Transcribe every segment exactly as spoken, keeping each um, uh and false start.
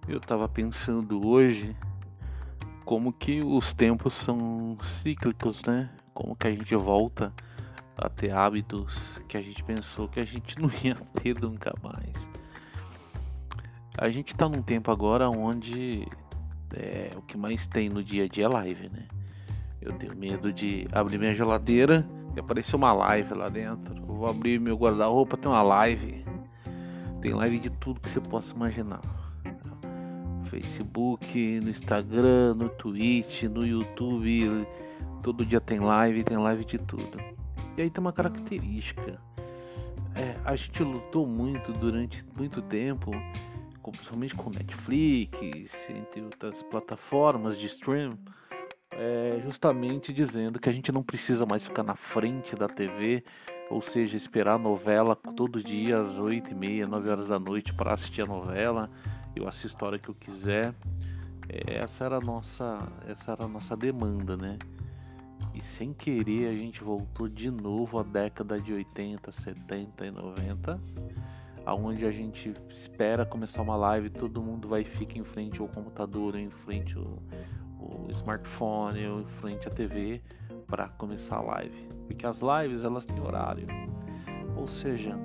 Eu tava pensando hoje como que os tempos são cíclicos, né? Como que a gente volta a ter hábitos que a gente pensou que a gente não ia ter nunca mais. A gente tá num tempo agora onde é, o que mais tem no dia a dia é live, né? Eu tenho medo de abrir minha geladeira e aparecer uma live lá dentro. Eu vou abrir meu guarda-roupa, tem uma live. Tem live de tudo que você possa imaginar. Facebook, no Instagram, no Twitch, no YouTube, todo dia tem live, tem live de tudo. E aí tem uma característica, é, a gente lutou muito durante muito tempo, principalmente com Netflix, entre outras plataformas de stream, é, justamente dizendo que a gente não precisa mais ficar na frente da T V, ou seja, esperar a novela todo dia às oito e meia, nove horas da noite para assistir a novela. Eu assisto a hora que eu quiser. Essa era a nossa, essa era a nossa demanda, né? E sem querer a gente voltou de novo à década de oitenta, setenta e noventa, aonde a gente espera começar uma live, todo mundo vai e fica em frente ao computador, em frente ao, ao smartphone, ou em frente à T V para começar a live, porque as lives elas têm horário, ou seja,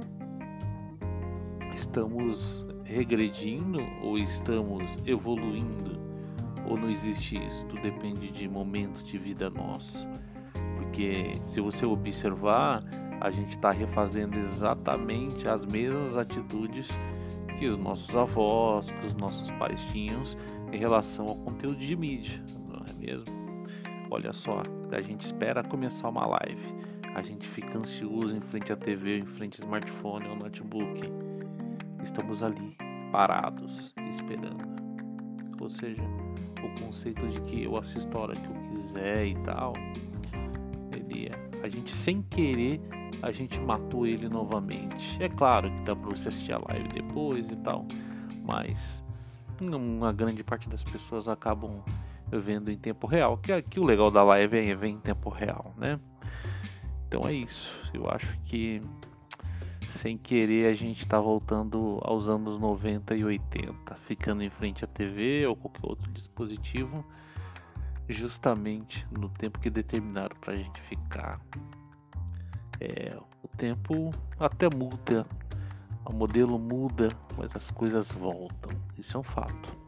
estamos regredindo ou estamos evoluindo? Ou não existe isso? Tudo depende de momento de vida nosso. Porque se você observar, a gente está refazendo exatamente as mesmas atitudes que os nossos avós, que os nossos pais tinham em relação ao conteúdo de mídia, não é mesmo? Olha só, a gente espera começar uma live, a gente fica ansioso em frente à T V, em frente ao smartphone ou notebook. Estamos ali, parados, esperando. Ou seja, o conceito de que eu assisto a hora que eu quiser e tal, ele é, a gente sem querer, a gente matou ele novamente. É claro que dá pra você assistir a live depois e tal, mas uma grande parte das pessoas acabam vendo em tempo real, que aqui o legal da live é ver em tempo real, né? Então é isso, eu acho que sem querer a gente tá voltando aos anos noventa e oitenta, ficando em frente à T V ou qualquer outro dispositivo, justamente no tempo que determinaram pra gente ficar. É, o tempo até muda, o modelo muda, mas as coisas voltam, isso é um fato.